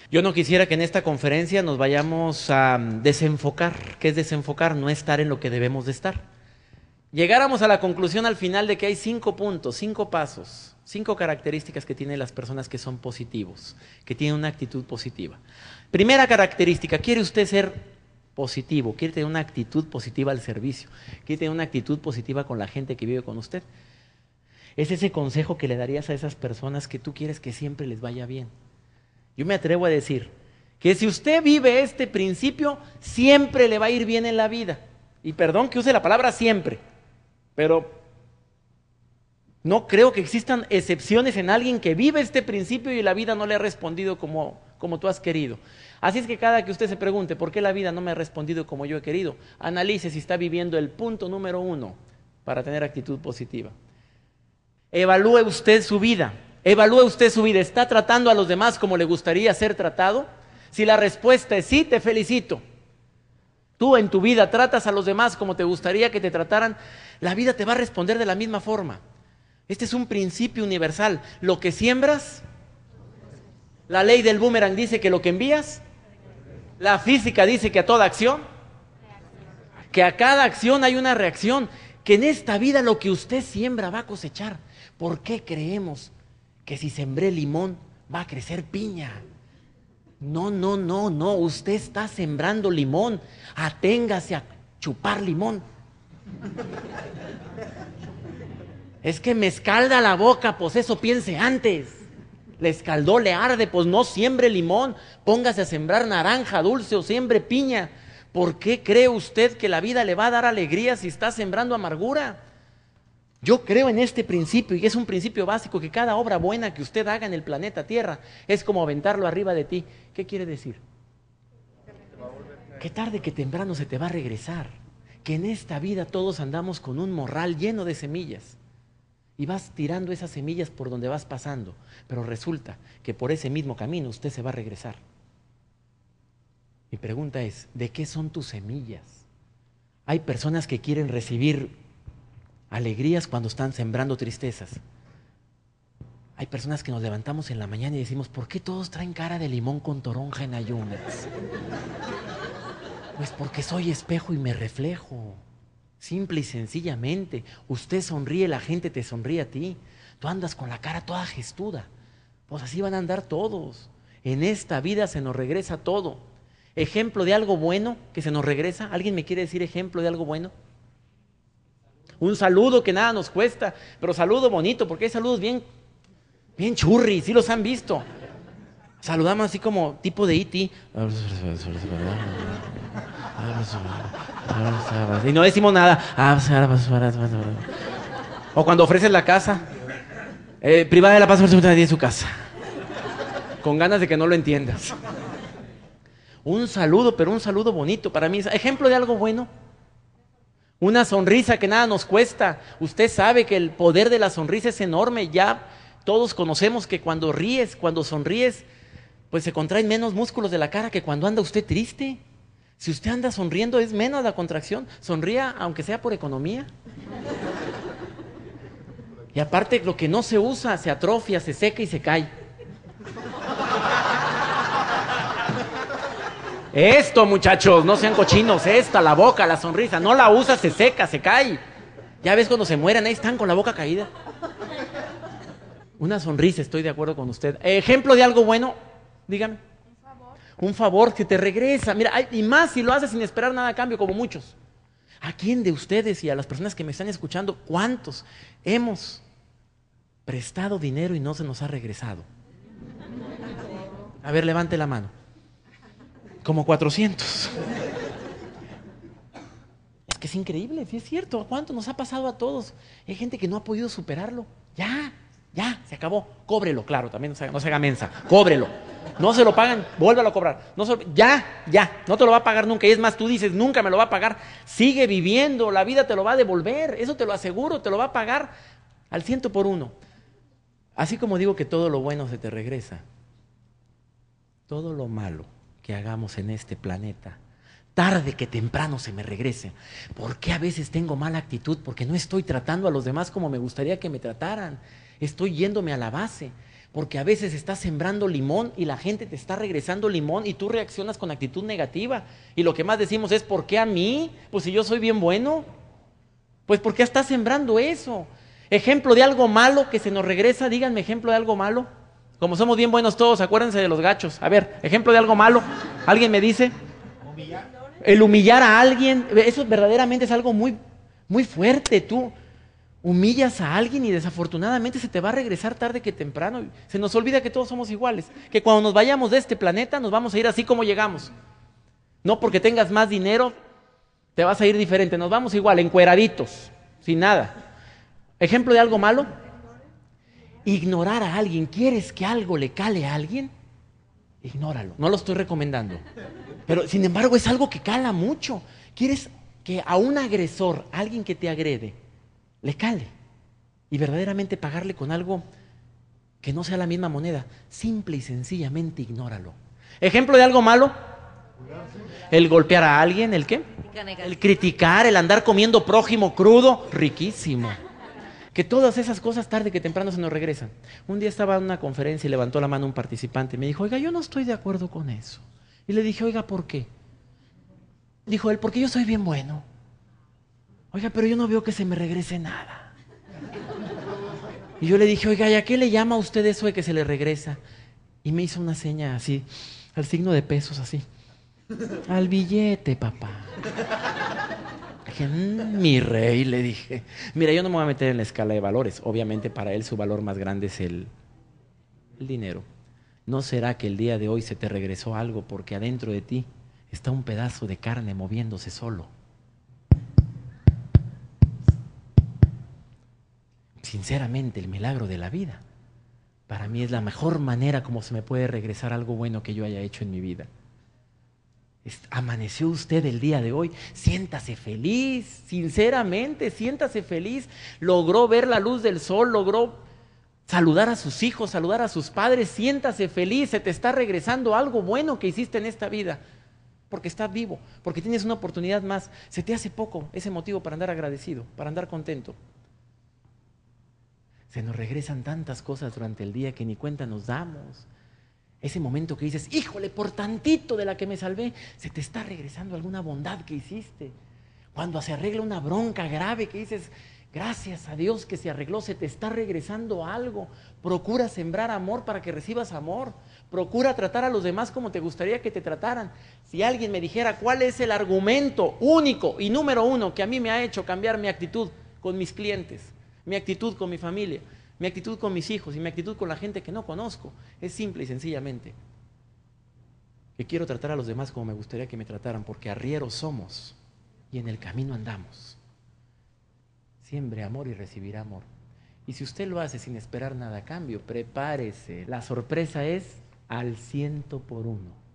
Yo no quisiera que en esta conferencia nos vayamos a desenfocar. ¿Qué es desenfocar? No estar en lo que debemos de estar. Llegáramos a la conclusión al final de que hay 5 puntos, 5 pasos, 5 características que tienen las personas que son positivos, que tienen una actitud positiva. Primera característica, ¿quiere usted ser positivo? ¿Quiere tener una actitud positiva al servicio? ¿Quiere tener una actitud positiva con la gente que vive con usted? Es ese consejo que le darías a esas personas que tú quieres que siempre les vaya bien. Yo me atrevo a decir que si usted vive este principio, siempre le va a ir bien en la vida. Y perdón que use la palabra siempre, pero no creo que existan excepciones en alguien que vive este principio y la vida no le ha respondido como tú has querido. Así es que cada que usted se pregunte por qué la vida no me ha respondido como yo he querido, analice si está viviendo el punto número 1 para tener actitud positiva. Evalúe usted su vida. Evalúe usted su vida. ¿Está tratando a los demás como le gustaría ser tratado? Si la respuesta es sí, te felicito. Tú en tu vida tratas a los demás como te gustaría que te trataran, la vida te va a responder de la misma forma. Este es un principio universal. Lo que siembras, la ley del boomerang dice que lo que envías, la física dice que a toda acción, que a cada acción hay una reacción, que en esta vida lo que usted siembra va a cosechar. ¿Por qué creemos que si sembré limón va a crecer piña? No, usted está sembrando limón, aténgase a chupar limón. Es que me escalda la boca, pues eso piense antes. Le escaldó, le arde, pues no siembre limón, póngase a sembrar naranja dulce o siembre piña. ¿Por qué cree usted que la vida le va a dar alegría si está sembrando amargura? Yo creo en este principio, y es un principio básico, que cada obra buena que usted haga en el planeta Tierra es como aventarlo arriba de ti. ¿Qué quiere decir? Que tarde que temprano se te va a regresar. Que en esta vida todos andamos con un morral lleno de semillas. Y vas tirando esas semillas por donde vas pasando. Pero resulta que por ese mismo camino usted se va a regresar. Mi pregunta es, ¿de qué son tus semillas? Hay personas que quieren recibir alegrías cuando están sembrando tristezas. Hay personas que nos levantamos en la mañana y decimos, ¿por qué todos traen cara de limón con toronja en ayunas? Pues porque soy espejo y me reflejo. Simple y sencillamente. Usted sonríe, la gente te sonríe a ti. Tú andas con la cara toda gestuda. Pues así van a andar todos. En esta vida se nos regresa todo. Ejemplo de algo bueno que se nos regresa. ¿Alguien me quiere decir ejemplo de algo bueno? Un saludo que nada nos cuesta, pero saludo bonito, porque hay saludos bien churri, ¿sí los han visto? Saludamos así como tipo de E.T. Y no decimos nada. O cuando ofreces la casa, privada de la paz en su casa, con ganas de que no lo entiendas. Un saludo, pero un saludo bonito. Para mí es ejemplo de algo bueno. Una sonrisa que nada nos cuesta. Usted sabe que el poder de la sonrisa es enorme. Ya todos conocemos que cuando ríes, cuando sonríes, pues se contraen menos músculos de la cara que cuando anda usted triste. Si usted anda sonriendo es menos la contracción. Sonría aunque sea por economía. Y aparte lo que no se usa se atrofia, se seca y se cae. Esto, muchachos, no sean cochinos, la boca, la sonrisa, no la usa, se seca, se cae. Ya ves cuando se mueren, ahí están con la boca caída. Una sonrisa, estoy de acuerdo con usted. Ejemplo de algo bueno, dígame. Un favor que te regresa. Mira, y más si lo haces sin esperar nada a cambio, como muchos. ¿A quién de ustedes y a las personas que me están escuchando, cuántos hemos prestado dinero y no se nos ha regresado? A ver, levante la mano. Como 400. Es que es increíble, sí es cierto. ¿Cuánto nos ha pasado a todos? Hay gente que no ha podido superarlo. Ya, se acabó. Cóbrelo, claro, también no se haga mensa. Cóbrelo. No se lo pagan, vuélvalo a cobrar. Ya, no te lo va a pagar nunca. Y es más, tú dices, nunca me lo va a pagar. Sigue viviendo, la vida te lo va a devolver. Eso te lo aseguro, te lo va a pagar al 100 por 1. Así como digo que todo lo bueno se te regresa, todo lo malo que hagamos en este planeta, tarde que temprano se me regrese. ¿Por qué a veces tengo mala actitud? Porque no estoy tratando a los demás como me gustaría que me trataran. Estoy yéndome a la base. Porque a veces estás sembrando limón y la gente te está regresando limón y tú reaccionas con actitud negativa. Y lo que más decimos es, ¿por qué a mí? Pues si yo soy bien bueno. Pues ¿por qué estás sembrando eso? Ejemplo de algo malo que se nos regresa, díganme ejemplo de algo malo. Como somos bien buenos todos, acuérdense de los gachos. A ver, ejemplo de algo malo. ¿Alguien me dice? El humillar a alguien, eso verdaderamente es algo muy, muy fuerte. Tú humillas a alguien y desafortunadamente se te va a regresar tarde que temprano. Se nos olvida que todos somos iguales, que cuando nos vayamos de este planeta nos vamos a ir así como llegamos. No porque tengas más dinero te vas a ir diferente, nos vamos igual, encueraditos, sin nada. Ejemplo de algo malo, ignorar a alguien. ¿Quieres que algo le cale a alguien? Ignóralo, no lo estoy recomendando. Pero sin embargo es algo que cala mucho. ¿Quieres que a un agresor, a alguien que te agrede, le cale? Y verdaderamente pagarle con algo que no sea la misma moneda. Simple y sencillamente ignóralo. Ejemplo de algo malo, el golpear a alguien, ¿el qué? El criticar, el andar comiendo prójimo crudo, riquísimo. Que todas esas cosas tarde que temprano se nos regresan. Un día estaba en una conferencia y levantó la mano un participante y me dijo, oiga, yo no estoy de acuerdo con eso. Y le dije, oiga, ¿por qué? Dijo él, porque yo soy bien bueno. Oiga, pero yo no veo que se me regrese nada. Y yo le dije, oiga, ¿y a qué le llama a usted eso de que se le regresa? Y me hizo una seña así, al signo de pesos así. Al billete, papá. Dije, mi rey, le dije. Mira, yo no me voy a meter en la escala de valores. Obviamente para él su valor más grande es el dinero. ¿No será que el día de hoy se te regresó algo porque adentro de ti está un pedazo de carne moviéndose solo? Sinceramente, el milagro de la vida, para mí es la mejor manera como se me puede regresar algo bueno que yo haya hecho en mi vida. Amaneció usted el día de hoy, siéntase feliz, sinceramente, siéntase feliz. Logró ver la luz del sol, logró saludar a sus hijos, saludar a sus padres, siéntase feliz, se te está regresando algo bueno que hiciste en esta vida. Porque estás vivo, porque tienes una oportunidad más. Se te hace poco ese motivo para andar agradecido, para andar contento. Se nos regresan tantas cosas durante el día que ni cuenta nos damos. Ese momento que dices, híjole, por tantito de la que me salvé, se te está regresando alguna bondad que hiciste. Cuando se arregla una bronca grave que dices, gracias a Dios que se arregló, se te está regresando algo. Procura sembrar amor para que recibas amor. Procura tratar a los demás como te gustaría que te trataran. Si alguien me dijera cuál es el argumento único y número uno que a mí me ha hecho cambiar mi actitud con mis clientes, mi actitud con mi familia, mi actitud con mis hijos y mi actitud con la gente que no conozco, es simple y sencillamente que quiero tratar a los demás como me gustaría que me trataran, porque arrieros somos y en el camino andamos. Siembre amor y recibirá amor. Y si usted lo hace sin esperar nada a cambio, prepárese. La sorpresa es al 100%.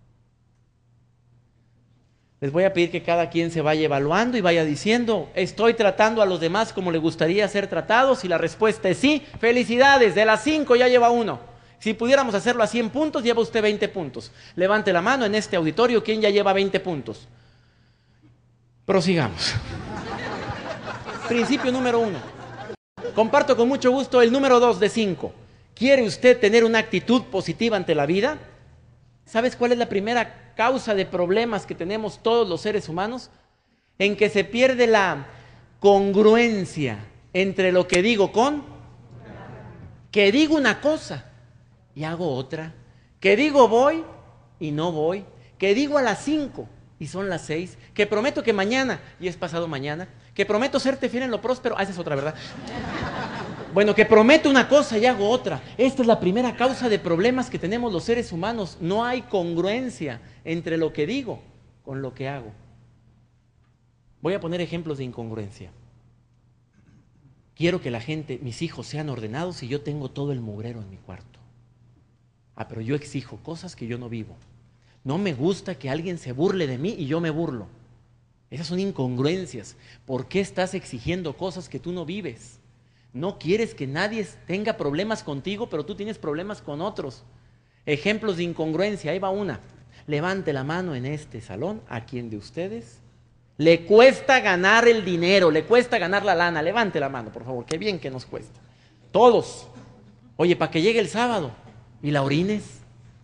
Les voy a pedir que cada quien se vaya evaluando y vaya diciendo, ¿estoy tratando a los demás como le gustaría ser tratados? Si la respuesta es sí, felicidades, de las 5 ya lleva 1. Si pudiéramos hacerlo a 100 puntos, lleva usted 20 puntos. Levante la mano en este auditorio, ¿quién ya lleva 20 puntos? Prosigamos. Principio número 1. Comparto con mucho gusto el número 2 de 5. ¿Quiere usted tener una actitud positiva ante la vida? ¿Sabes cuál es la primera causa de problemas que tenemos todos los seres humanos? En que se pierde la congruencia entre lo que digo que digo una cosa y hago otra, que digo voy y no voy, que digo a las 5 y son las 6, que prometo que mañana y es pasado mañana, que prometo serte fiel en lo próspero, esa es otra, ¿verdad? Bueno, que prometo una cosa y hago otra. Esta es la primera causa de problemas que tenemos los seres humanos. No hay congruencia entre lo que digo con lo que hago. Voy a poner ejemplos de incongruencia. Quiero que la gente, mis hijos sean ordenados y yo tengo todo el mugrero en mi cuarto. Pero yo exijo cosas que yo no vivo. No me gusta que alguien se burle de mí y yo me burlo. Esas son incongruencias. ¿Por qué estás exigiendo cosas que tú no vives? No quieres que nadie tenga problemas contigo, pero tú tienes problemas con otros. Ejemplos de incongruencia, ahí va una. Levante la mano en este salón a quien de ustedes le cuesta ganar el dinero, le cuesta ganar la lana. Levante la mano, por favor, qué bien que nos cuesta. Todos. Oye, para que llegue el sábado, ¿Y la orines?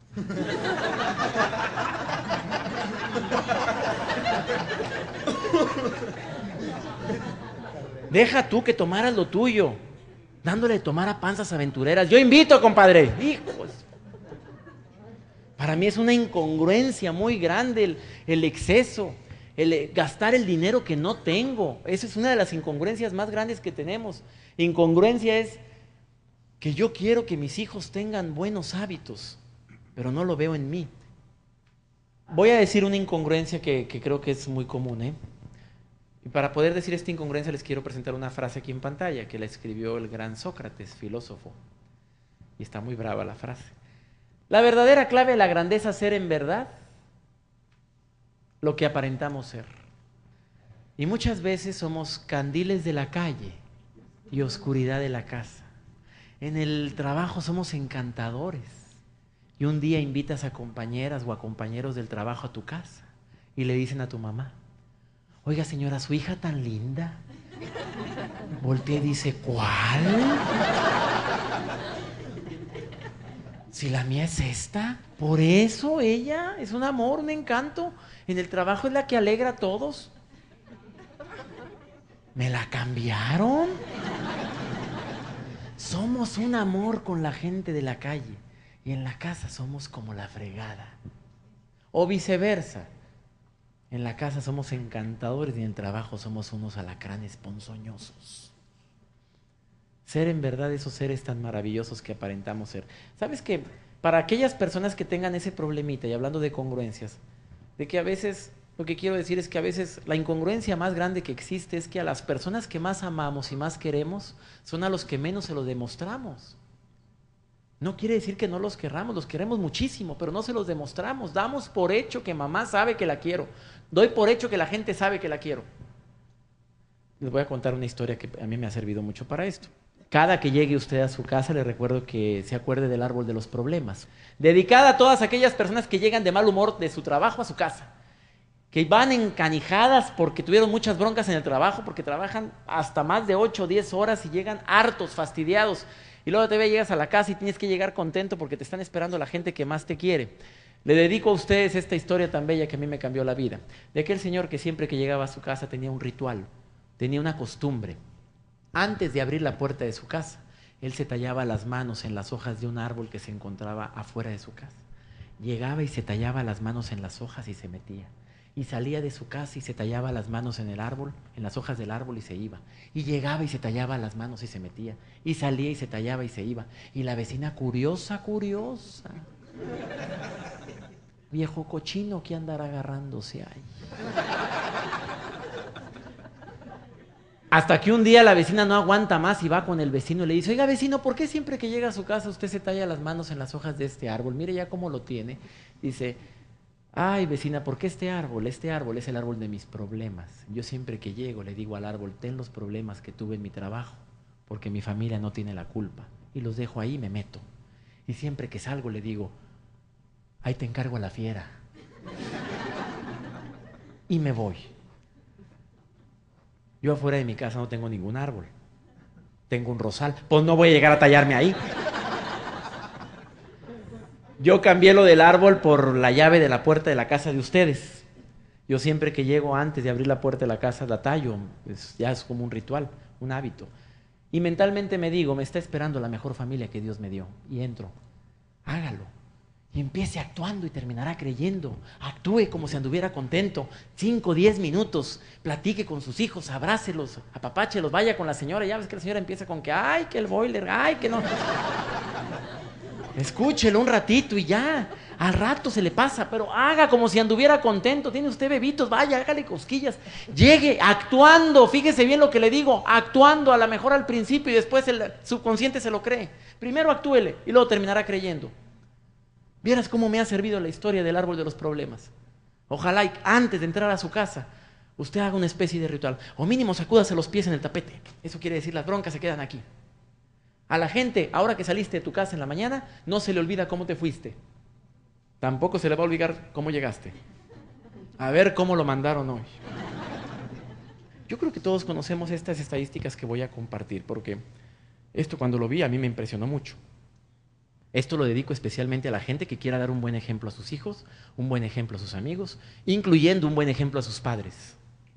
Deja tú que tomaras lo tuyo, dándole de tomar a panzas aventureras. Yo invito, compadre. Hijos. Para mí es una incongruencia muy grande el exceso, el gastar el dinero que no tengo. Esa es una de las incongruencias más grandes que tenemos. Incongruencia es que yo quiero que mis hijos tengan buenos hábitos, pero no lo veo en mí. Voy a decir una incongruencia que creo que es muy común, ¿eh? Y para poder decir esta incongruencia les quiero presentar una frase aquí en pantalla que la escribió el gran Sócrates, filósofo. Y está muy brava la frase. La verdadera clave de la grandeza es ser en verdad lo que aparentamos ser. Y muchas veces somos candiles de la calle y oscuridad de la casa. En el trabajo somos encantadores. Y un día invitas a compañeras o a compañeros del trabajo a tu casa y le dicen a tu mamá: oiga señora, su hija tan linda. Voltea y dice: ¿cuál? Si la mía es esta. Por eso ella es un amor, un encanto. En el trabajo es la que alegra a todos. ¿Me la cambiaron? Somos un amor con la gente de la calle y en la casa somos como la fregada. O viceversa. En la casa somos encantadores y en el trabajo somos unos alacranes ponzoñosos. Ser en verdad esos seres tan maravillosos que aparentamos ser. ¿Sabes qué? Para aquellas personas que tengan ese problemita, y hablando de congruencias, de que a veces, lo que quiero decir es que a veces la incongruencia más grande que existe es que a las personas que más amamos y más queremos son a los que menos se lo demostramos. No quiere decir que no los querramos, los queremos muchísimo, pero no se los demostramos. Damos por hecho que mamá sabe que la quiero. Doy por hecho que la gente sabe que la quiero. Les voy a contar una historia que a mí me ha servido mucho para esto. Cada que llegue usted a su casa, le recuerdo que se acuerde del árbol de los problemas. Dedicada a todas aquellas personas que llegan de mal humor de su trabajo a su casa. Que van encanijadas porque tuvieron muchas broncas en el trabajo, porque trabajan hasta más de 8 o 10 horas y llegan hartos, fastidiados. Y luego todavía llegas a la casa y tienes que llegar contento porque te están esperando la gente que más te quiere. Le dedico a ustedes esta historia tan bella que a mí me cambió la vida. De aquel señor que siempre que llegaba a su casa tenía un ritual, tenía una costumbre. Antes de abrir la puerta de su casa, él se tallaba las manos en las hojas de un árbol que se encontraba afuera de su casa. Llegaba y se tallaba las manos en las hojas y se metía. Y salía de su casa y se tallaba las manos en el árbol, en las hojas del árbol y se iba. Y llegaba y se tallaba las manos y se metía. Y salía y se tallaba y se iba. Y la vecina curiosa, curiosa. Viejo cochino, ¿qué andará agarrándose ahí? Hasta que un día la vecina no aguanta más y va con el vecino y le dice: oiga vecino, ¿por qué siempre que llega a su casa usted se talla las manos en las hojas de este árbol? Mire ya cómo lo tiene. Dice: ay vecina, ¿por qué este árbol? Este árbol es el árbol de mis problemas. Yo siempre que llego le digo al árbol: ten los problemas que tuve en mi trabajo, porque mi familia no tiene la culpa. Y los dejo ahí y me meto. Y siempre que salgo le digo: ahí te encargo a la fiera. Y me voy. Yo afuera de mi casa no tengo ningún árbol. Tengo un rosal. Pues no voy a llegar a tallarme ahí. Yo cambié lo del árbol por la llave de la puerta de la casa de ustedes. Yo siempre que llego antes de abrir la puerta de la casa la tallo. Ya es como un ritual, un hábito. Y mentalmente me digo: me está esperando la mejor familia que Dios me dio. Y entro. Hágalo. Y empiece actuando y terminará creyendo. Actúe como si anduviera contento. 5, 10 minutos. Platique con sus hijos, abrácelos, apapáchelos, vaya con la señora. Ya ves que la señora empieza con que ay, que el boiler, ay, que no. Escúchelo un ratito y ya. Al rato se le pasa, pero haga como si anduviera contento. Tiene usted bebitos, vaya, hágale cosquillas. Llegue actuando, fíjese bien lo que le digo, actuando a lo mejor al principio y después el subconsciente se lo cree. Primero actúele y luego terminará creyendo. Vieras cómo me ha servido la historia del árbol de los problemas. Ojalá y antes de entrar a su casa usted haga una especie de ritual. O mínimo sacúdase los pies en el tapete. Eso quiere decir las broncas se quedan aquí. A la gente, ahora que saliste de tu casa en la mañana, no se le olvida cómo te fuiste. Tampoco se le va a olvidar cómo llegaste. A ver cómo lo mandaron hoy. Yo creo que todos conocemos estas estadísticas que voy a compartir, porque esto cuando lo vi a mí me impresionó mucho. Esto lo dedico especialmente a la gente que quiera dar un buen ejemplo a sus hijos, un buen ejemplo a sus amigos, incluyendo un buen ejemplo a sus padres.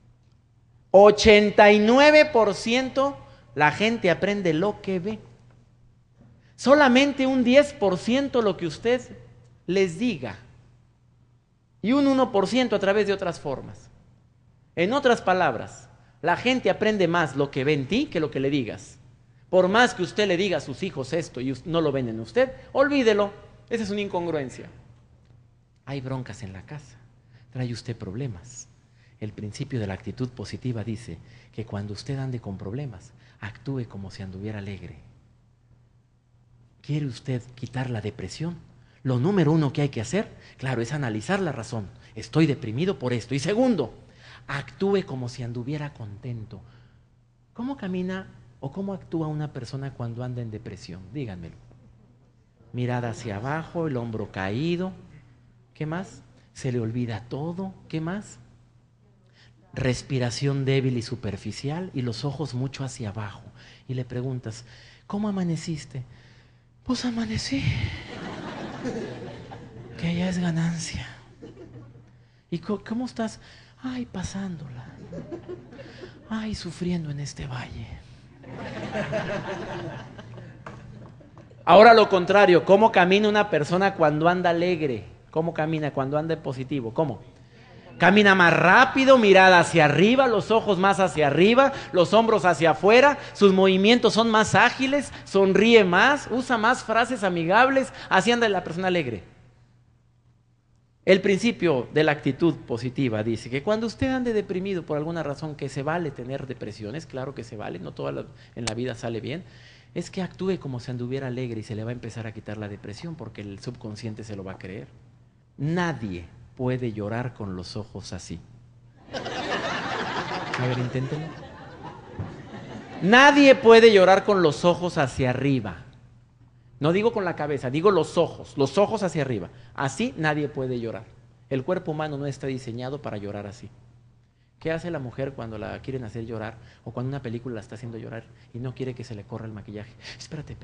89% la gente aprende lo que ve. Solamente un 10% lo que usted les diga. Y un 1% a través de otras formas. En otras palabras, la gente aprende más lo que ve en ti que lo que le digas. Por más que usted le diga a sus hijos esto y no lo ven en usted, olvídelo. Esa es una incongruencia. Hay broncas en la casa. Trae usted problemas. El principio de la actitud positiva dice que cuando usted ande con problemas, actúe como si anduviera alegre. ¿Quiere usted quitar la depresión? Lo número uno que hay que hacer, claro, es analizar la razón. Estoy deprimido por esto. Y segundo, actúe como si anduviera contento. ¿Cómo camina o cómo actúa una persona cuando anda en depresión? Díganmelo. Mirada hacia abajo, el hombro caído. ¿Qué más? Se le olvida todo. ¿Qué más? Respiración débil y superficial y los ojos mucho hacia abajo. Y le preguntas, ¿cómo amaneciste? Pues amanecí. Que ya es ganancia. ¿Y cómo estás? Ay, pasándola. Ay, sufriendo en este valle. Ahora lo contrario, ¿cómo camina una persona cuando anda alegre? ¿Cómo camina cuando anda positivo? ¿Cómo? Camina más rápido, mirada hacia arriba, los ojos más hacia arriba, los hombros hacia afuera, sus movimientos son más ágiles, sonríe más, usa más frases amigables, así anda la persona alegre. El principio de la actitud positiva dice que cuando usted ande deprimido por alguna razón, que se vale tener depresiones, claro que se vale, no toda en la vida sale bien, es que actúe como si anduviera alegre y se le va a empezar a quitar la depresión porque el subconsciente se lo va a creer. Nadie puede llorar con los ojos así. A ver, inténtenlo. Nadie puede llorar con los ojos hacia arriba. No digo con la cabeza, digo los ojos hacia arriba. Así nadie puede llorar. El cuerpo humano no está diseñado para llorar así. ¿Qué hace la mujer cuando la quieren hacer llorar o cuando una película la está haciendo llorar y no quiere que se le corra el maquillaje? Espérate.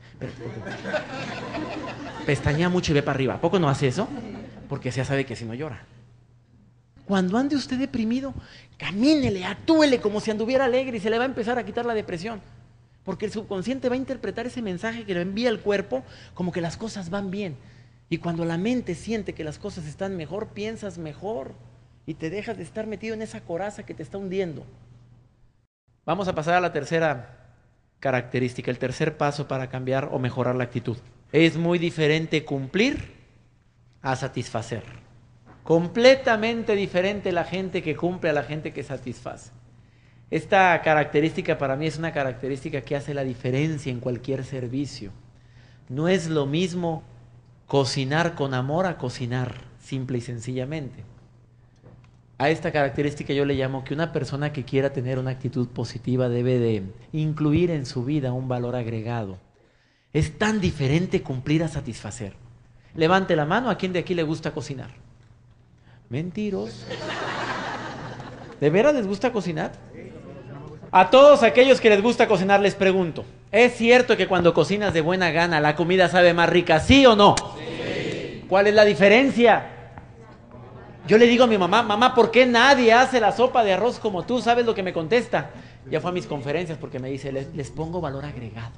Pestañea mucho y ve para arriba. ¿A poco no hace eso? Porque ya sabe que si no llora. Cuando ande usted deprimido, camínele, actúele como si anduviera alegre y se le va a empezar a quitar la depresión. Porque el subconsciente va a interpretar ese mensaje que le envía el cuerpo como que las cosas van bien. Y cuando la mente siente que las cosas están mejor, piensas mejor y te dejas de estar metido en esa coraza que te está hundiendo. Vamos a pasar a la tercera característica, el tercer paso para cambiar o mejorar la actitud. Es muy diferente cumplir a satisfacer. Completamente diferente la gente que cumple a la gente que satisface. Esta característica para mí es una característica que hace la diferencia en cualquier servicio. No es lo mismo cocinar con amor a cocinar, simple y sencillamente. A esta característica yo le llamo que una persona que quiera tener una actitud positiva debe de incluir en su vida un valor agregado. Es tan diferente cumplir a satisfacer. Levante la mano, ¿a quién de aquí le gusta cocinar? Mentirosos. ¿De veras les gusta cocinar? A todos aquellos que les gusta cocinar les pregunto, ¿es cierto que cuando cocinas de buena gana la comida sabe más rica, sí o no? Sí. ¿Cuál es la diferencia? Yo le digo a mi mamá, mamá, ¿por qué nadie hace la sopa de arroz como tú? ¿Sabes lo que me contesta? Ya fue a mis conferencias porque me dice, les pongo valor agregado.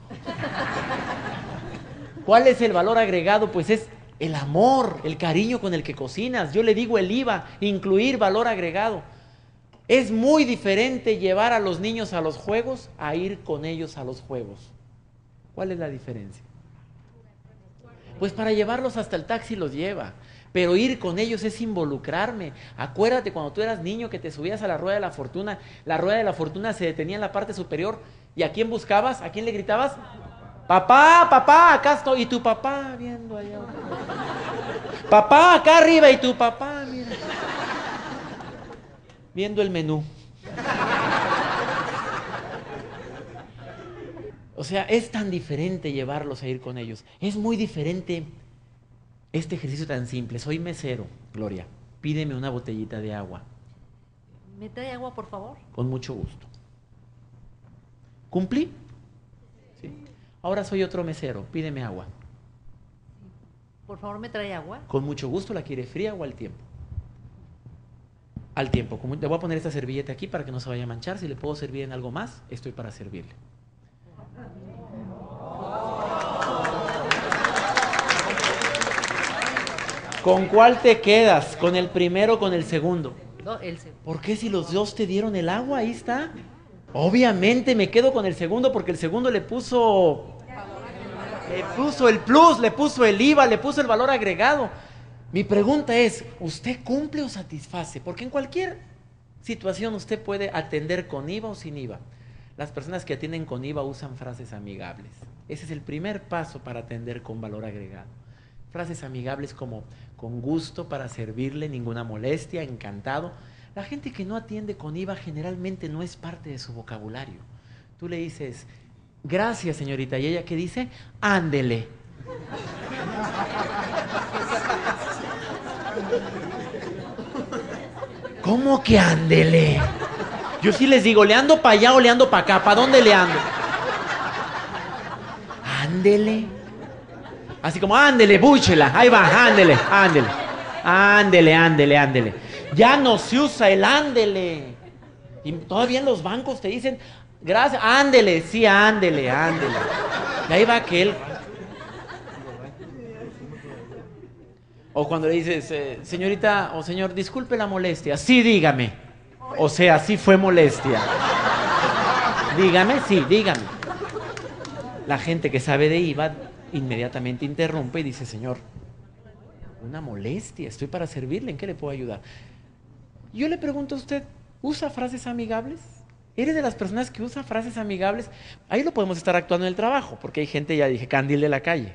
¿Cuál es el valor agregado? Pues es el amor, el cariño con el que cocinas. Yo le digo el IVA, incluir valor agregado. Es muy diferente llevar a los niños a los juegos a ir con ellos a los juegos. ¿Cuál es la diferencia? Pues para llevarlos hasta el taxi los lleva, pero ir con ellos es involucrarme. Acuérdate cuando tú eras niño que te subías a la rueda de la fortuna se detenía en la parte superior, ¿y a quién buscabas? ¿A quién le gritabas? Papá, papá, acá estoy. Y tu papá viendo allá. Papá, acá arriba. Y tu papá, mira. Viendo el menú. O sea, es tan diferente llevarlos a ir con ellos. Es muy diferente este ejercicio tan simple. Soy mesero, Gloria. Pídeme una botellita de agua. ¿Me trae agua, por favor? Con mucho gusto. ¿Cumplí? Sí. Ahora soy otro mesero. Pídeme agua. Por favor, ¿me trae agua? Con mucho gusto. ¿La quiere fría o al tiempo? Al tiempo. Le voy a poner esta servilleta aquí para que no se vaya a manchar. Si le puedo servir en algo más, estoy para servirle. ¿Con cuál te quedas? ¿Con el primero o con el segundo? No, el segundo. ¿Por qué si los dos te dieron el agua? Ahí está. Obviamente me quedo con el segundo porque el segundo le puso el plus, le puso el IVA, le puso el valor agregado. Mi pregunta es, ¿usted cumple o satisface? Porque en cualquier situación usted puede atender con IVA o sin IVA. Las personas que atienden con IVA usan frases amigables. Ese es el primer paso para atender con valor agregado. Frases amigables como con gusto para servirle, ninguna molestia, encantado. La gente que no atiende con IVA generalmente no es parte de su vocabulario. Tú le dices, gracias señorita, y ella ¿qué dice? Ándele. ¿Cómo que ándele? Yo sí les digo, ¿le ando para allá o le ando para acá? ¿Para dónde le ando? Ándele. Así como, ándele, búchela, ahí va, ándele, ándele. Ándele, ándele, ándele. Ya no se usa el ándele. Y todavía en los bancos te dicen, gracias, ándele, sí, ándele, ándele. Y ahí va aquel. O cuando le dices, señorita o señor, disculpe la molestia. Sí, dígame. O sea, sí fue molestia. Dígame, sí, dígame. La gente que sabe de IVA inmediatamente interrumpe y dice, señor, una molestia, estoy para servirle, ¿en qué le puedo ayudar? Yo le pregunto a usted, ¿usa frases amigables? ¿Eres de las personas que usa frases amigables? Ahí lo podemos estar actuando en el trabajo, porque hay gente, ya dije, candil de la calle.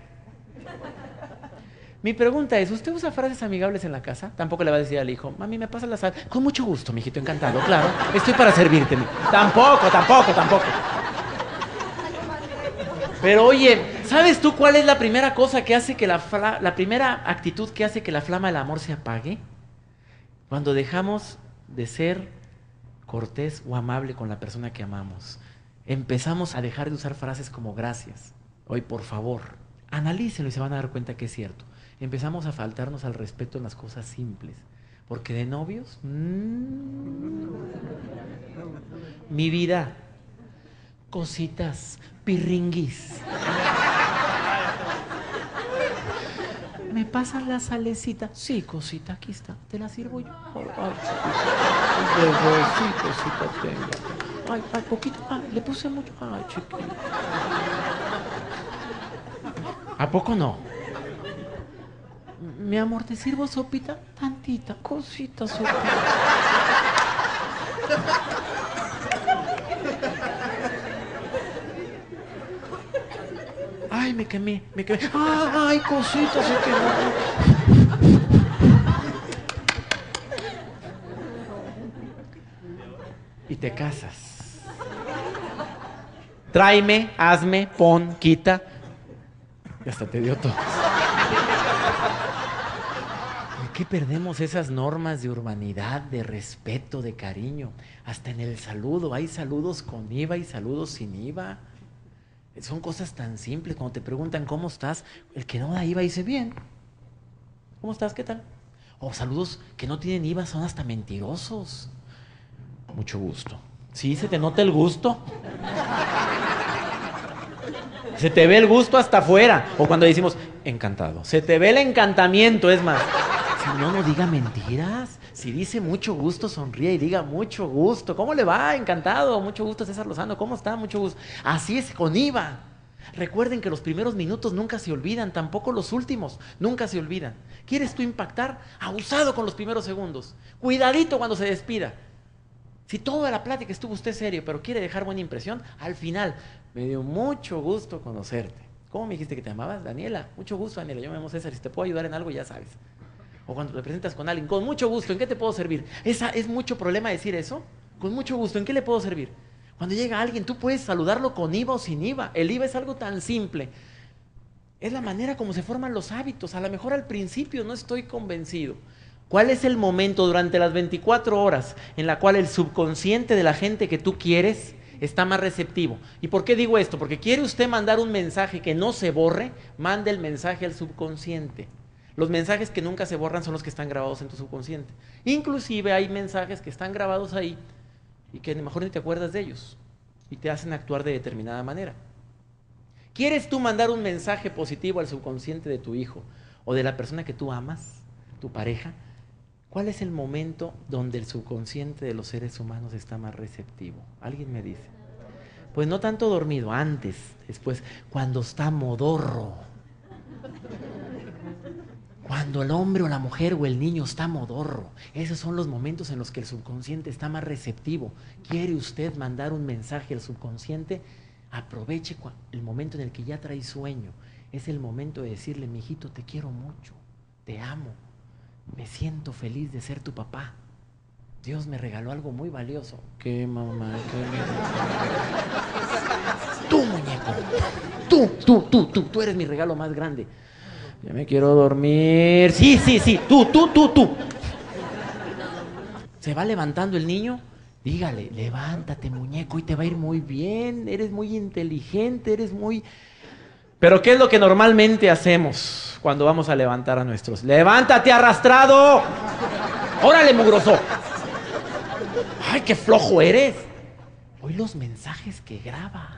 Mi pregunta es, ¿usted usa frases amigables en la casa? Tampoco le va a decir al hijo, mami, ¿me pasa la sal? Con mucho gusto, mijito, encantado, claro, estoy para servirte. Tampoco. Pero oye, ¿sabes tú cuál es la primera cosa que hace que la primera actitud que hace que la flama del amor se apague? Cuando dejamos de ser cortés o amable con la persona que amamos. Empezamos a dejar de usar frases como gracias, hoy por favor. Analícenlo y se van a dar cuenta que es cierto. Empezamos a faltarnos al respeto en las cosas simples. Porque de novios, mi vida, cositas, pirringuis. ¿Me pasas la salecita? Sí, cosita, aquí está. ¿Te la sirvo yo? Ay, sí, cosita tengo. Ay, poquito. Le puse mucho. Ay, chiquito. ¿A poco no? Mi amor, ¿te sirvo sopita? Tantita, cosita, sopita. Ay, me quemé. Ay, cosita, se quemó. Y te casas. Tráeme, hazme, pon, quita. Y hasta te dio todo. ¿Por qué perdemos esas normas de urbanidad, de respeto, de cariño? Hasta en el saludo. Hay saludos con IVA y saludos sin IVA. Son cosas tan simples. Cuando te preguntan ¿cómo estás? El que no da IVA dice bien. ¿Cómo estás? ¿Qué tal? O saludos que no tienen IVA son hasta mentirosos. Mucho gusto. ¿Sí se te nota el gusto? Se te ve el gusto hasta afuera. O cuando decimos encantado. Se te ve el encantamiento, es más. Si no diga mentiras. Si dice mucho gusto, sonríe y diga mucho gusto. ¿Cómo le va? Encantado. Mucho gusto, César Lozano. ¿Cómo está? Mucho gusto. Así es con IVA. Recuerden que los primeros minutos nunca se olvidan, tampoco los últimos, nunca se olvidan. ¿Quieres tú impactar? Abusado con los primeros segundos. Cuidadito cuando se despida. Si toda la plática estuvo usted serio, pero quiere dejar buena impresión, al final, me dio mucho gusto conocerte. ¿Cómo me dijiste que te llamabas? Daniela. Mucho gusto, Daniela. Yo me llamo César. Si te puedo ayudar en algo, ya sabes. O cuando te presentas con alguien, con mucho gusto, ¿en qué te puedo servir? ¿Es mucho problema decir eso? Con mucho gusto, ¿en qué le puedo servir? Cuando llega alguien, tú puedes saludarlo con IVA o sin IVA. El IVA es algo tan simple. Es la manera como se forman los hábitos. A lo mejor al principio no estoy convencido. ¿Cuál es el momento durante las 24 horas en la cual el subconsciente de la gente que tú quieres está más receptivo? ¿Y por qué digo esto? Porque quiere usted mandar un mensaje que no se borre, mande el mensaje al subconsciente. Los mensajes que nunca se borran son los que están grabados en tu subconsciente. Inclusive hay mensajes que están grabados ahí y que a lo mejor ni te acuerdas de ellos y te hacen actuar de determinada manera. ¿Quieres tú mandar un mensaje positivo al subconsciente de tu hijo o de la persona que tú amas, tu pareja? ¿Cuál es el momento donde el subconsciente de los seres humanos está más receptivo? ¿Alguien me dice? Pues no tanto dormido, antes, después, cuando está modorro. Cuando el hombre o la mujer o el niño está modorro. Esos son los momentos en los que el subconsciente está más receptivo. ¿Quiere usted mandar un mensaje al subconsciente? Aproveche el momento en el que ya trae sueño. Es el momento de decirle: mijito, te quiero mucho, te amo, me siento feliz de ser tu papá. Dios me regaló algo muy valioso. ¿Qué, mamá? ¿Qué? Tú, muñeco. Tú eres mi regalo más grande. Ya me quiero dormir. Sí. Tú. Se va levantando el niño. Dígale: levántate, muñeco, y te va a ir muy bien. Eres muy inteligente, eres muy... Pero ¿qué es lo que normalmente hacemos cuando vamos a levantar a nuestros? ¡Levántate, arrastrado! ¡Órale, mugroso! ¡Ay, qué flojo eres! Hoy los mensajes que grabas.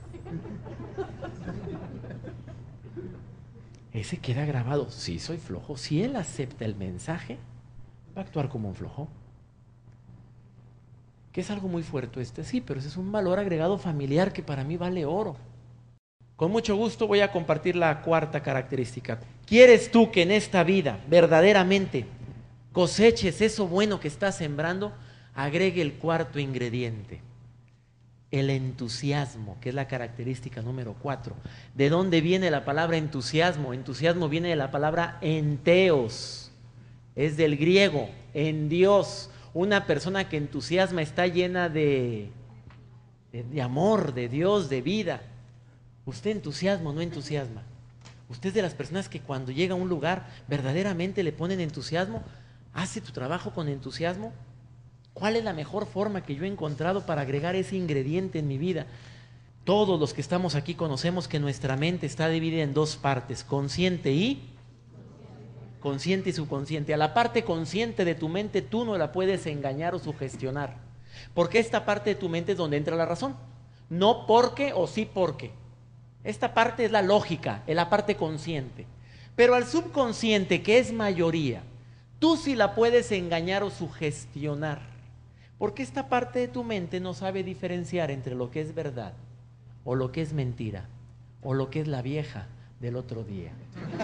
Ese queda grabado. Sí, soy flojo. Si él acepta el mensaje, va a actuar como un flojo. Que es algo muy fuerte sí, pero ese es un valor agregado familiar que para mí vale oro. Con mucho gusto voy a compartir la cuarta característica. ¿Quieres tú que en esta vida verdaderamente coseches eso bueno que estás sembrando? Agregue el cuarto ingrediente, el entusiasmo, que es la característica número 4. ¿De dónde viene la palabra entusiasmo? Entusiasmo viene de la palabra enteos, es del griego, en Dios. Una persona que entusiasma está llena de amor, de Dios, de vida. ¿Usted entusiasma o no entusiasma? ¿Usted es de las personas que cuando llega a un lugar verdaderamente le ponen entusiasmo? ¿Hace tu trabajo con entusiasmo? ¿Cuál es la mejor forma que yo he encontrado para agregar ese ingrediente en mi vida? Todos los que estamos aquí conocemos que nuestra mente está dividida en dos partes, consciente y subconsciente. A la parte consciente de tu mente tú no la puedes engañar o sugestionar, porque esta parte de tu mente es donde entra la razón. No porque o sí porque. Esta parte es la lógica, es la parte consciente. Pero al subconsciente, que es mayoría, tú sí la puedes engañar o sugestionar. Porque esta parte de tu mente no sabe diferenciar entre lo que es verdad o lo que es mentira o lo que es la vieja del otro día.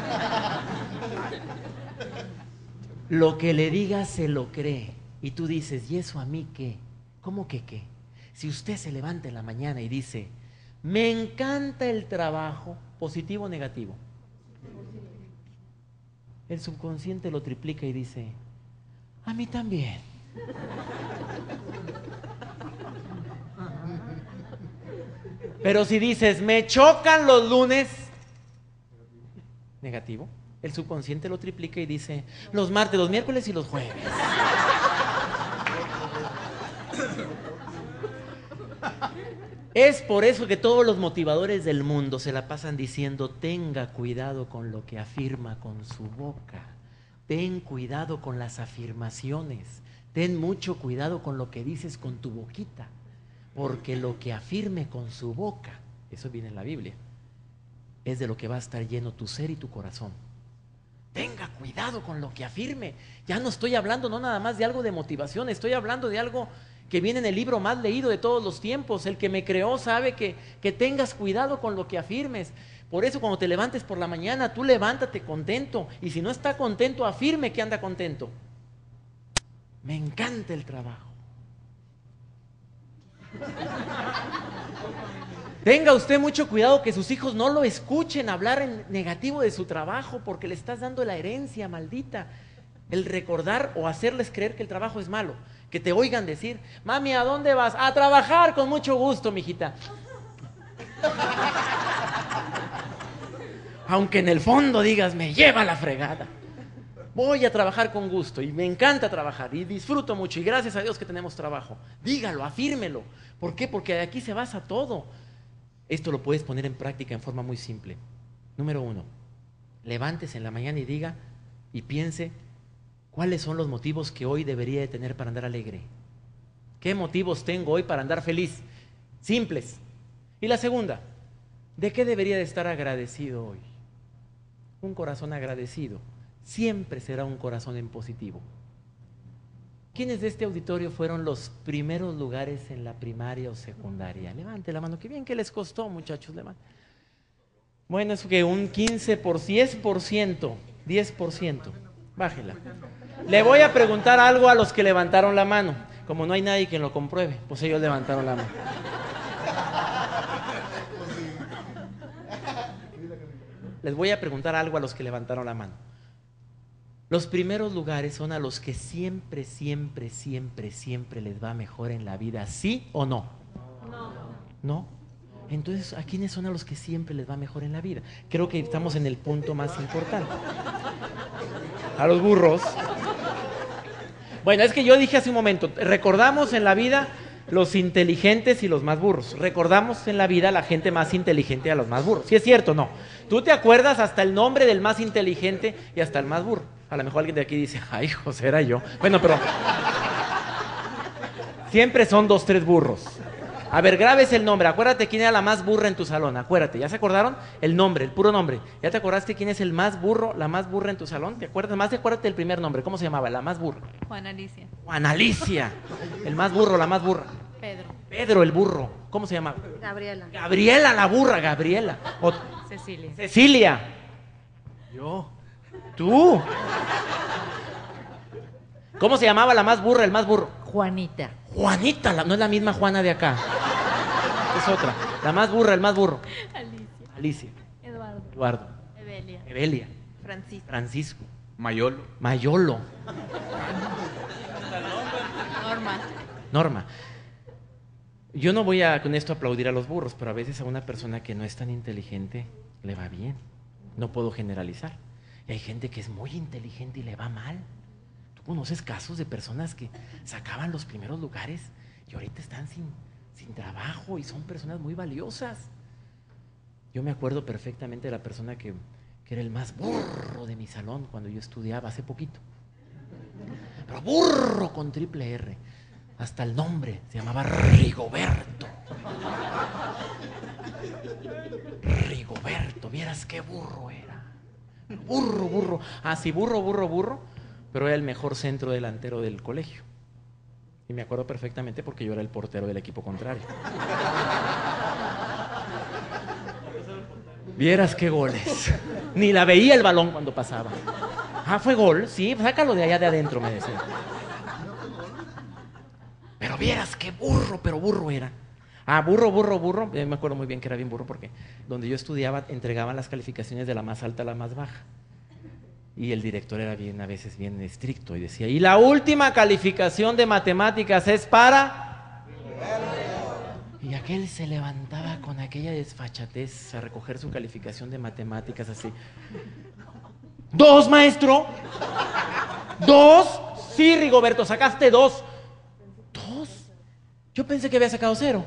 Lo que le digas se lo cree y tú dices: ¿y eso a mí qué? ¿Cómo que qué? Si usted se levanta en la mañana y dice: me encanta el trabajo, ¿positivo o negativo? El subconsciente lo triplica y dice: a mí también. Pero si dices: me chocan los lunes, negativo, el subconsciente lo triplica y dice: los martes, los miércoles y los jueves. Es por eso que todos los motivadores del mundo se la pasan diciendo: tenga cuidado con lo que afirma con su boca, ten cuidado con las afirmaciones, ten mucho cuidado con lo que dices con tu boquita, porque lo que afirme con su boca, eso viene en la Biblia, es de lo que va a estar lleno tu ser y tu corazón. Tenga cuidado con lo que afirme. Ya no estoy hablando no nada más de algo de motivación, estoy hablando de algo que viene en el libro más leído de todos los tiempos. El que me creó sabe que tengas cuidado con lo que afirmes. Por eso cuando te levantes por la mañana, tú levántate contento. Y si no está contento, afirme que anda contento. Me encanta el trabajo. Tenga usted mucho cuidado que sus hijos no lo escuchen hablar en negativo de su trabajo, porque le estás dando la herencia maldita. El recordar o hacerles creer que el trabajo es malo. Que te oigan decir: mami, ¿a dónde vas? A trabajar. Con mucho gusto, mijita. Aunque en el fondo digas: me lleva la fregada. Voy a trabajar con gusto y me encanta trabajar y disfruto mucho y gracias a Dios que tenemos trabajo. Dígalo, afírmelo. ¿Por qué? Porque de aquí se basa todo. Esto lo puedes poner en práctica en forma muy simple. Número 1, levántese en la mañana y diga: y piense cuáles son los motivos que hoy debería de tener para andar alegre. ¿Qué motivos tengo hoy para andar feliz? Simples. Y la segunda, ¿de qué debería de estar agradecido hoy? Un corazón agradecido siempre será un corazón en positivo. ¿Quiénes de este auditorio fueron los primeros lugares en la primaria o secundaria? Levante la mano. Qué bien que les costó, muchachos. Levante. Bueno, es que un 10%, 10%. Bájela. Le voy a preguntar algo a los que levantaron la mano. Como no hay nadie que lo compruebe, pues ellos levantaron la mano. Les voy a preguntar algo a los que levantaron la mano. Los primeros lugares son a los que siempre, siempre, siempre, siempre les va mejor en la vida, ¿sí o no? No. ¿No? Entonces, ¿a quiénes son a los que siempre les va mejor en la vida? Creo que estamos en el punto más importante. A los burros. Bueno, es que yo dije hace un momento, recordamos en la vida los inteligentes y los más burros. Recordamos en la vida la gente más inteligente y a los más burros. ¿Sí es cierto o no? Tú te acuerdas hasta el nombre del más inteligente y hasta el más burro. A lo mejor alguien de aquí dice, ay, José, era yo. Bueno, pero siempre son 2, 3 burros. A ver, grabes el nombre. Acuérdate quién era la más burra en tu salón. Acuérdate. ¿Ya se acordaron? El nombre, el puro nombre. ¿Ya te acordaste quién es el más burro, la más burra en tu salón? ¿Te acuerdas? Más acuérdate del primer nombre. ¿Cómo se llamaba? La más burra. Juana Alicia. Juana Alicia. El más burro, la más burra. Pedro. Pedro, el burro. ¿Cómo se llamaba? Gabriela. Gabriela, la burra. Gabriela. Cecilia. Cecilia. Yo. Tú. ¿Cómo se llamaba la más burra, el más burro? Juanita. Juanita, no es la misma Juana de acá. Es otra. La más burra, el más burro. Alicia. Alicia. Eduardo. Eduardo. Evelia. Evelia. Francisco. Francisco. Mayolo. Mayolo. Norma. Norma. Yo no voy a con esto aplaudir a los burros, pero a veces a una persona que no es tan inteligente le va bien. No puedo generalizar. Y hay gente que es muy inteligente y le va mal. ¿Tú conoces casos de personas que sacaban los primeros lugares y ahorita están sin trabajo y son personas muy valiosas? Yo me acuerdo perfectamente de la persona que era el más burro de mi salón cuando yo estudiaba hace poquito. Pero burro con triple R. Hasta el nombre se llamaba Rigoberto. Rigoberto, vieras qué burro era. Burro, burro. Ah, sí, burro, burro, burro. Pero era el mejor centro delantero del colegio. Y me acuerdo perfectamente porque yo era el portero del equipo contrario. Vieras qué goles. Ni la veía el balón cuando pasaba. Ah, ¿fue gol? Sí, sácalo de allá de adentro, me decía. Pero vieras qué burro, pero burro era. Ah, burro, burro, burro. Me acuerdo muy bien que era bien burro porque donde yo estudiaba entregaban las calificaciones de la más alta a la más baja. Y el director era a veces bien estricto y decía, y la última calificación de matemáticas es para... Y aquel se levantaba con aquella desfachatez a recoger su calificación de matemáticas así. ¿2, maestro? ¿2? Sí, Rigoberto, sacaste 2. ¿2? Yo pensé que había sacado 0.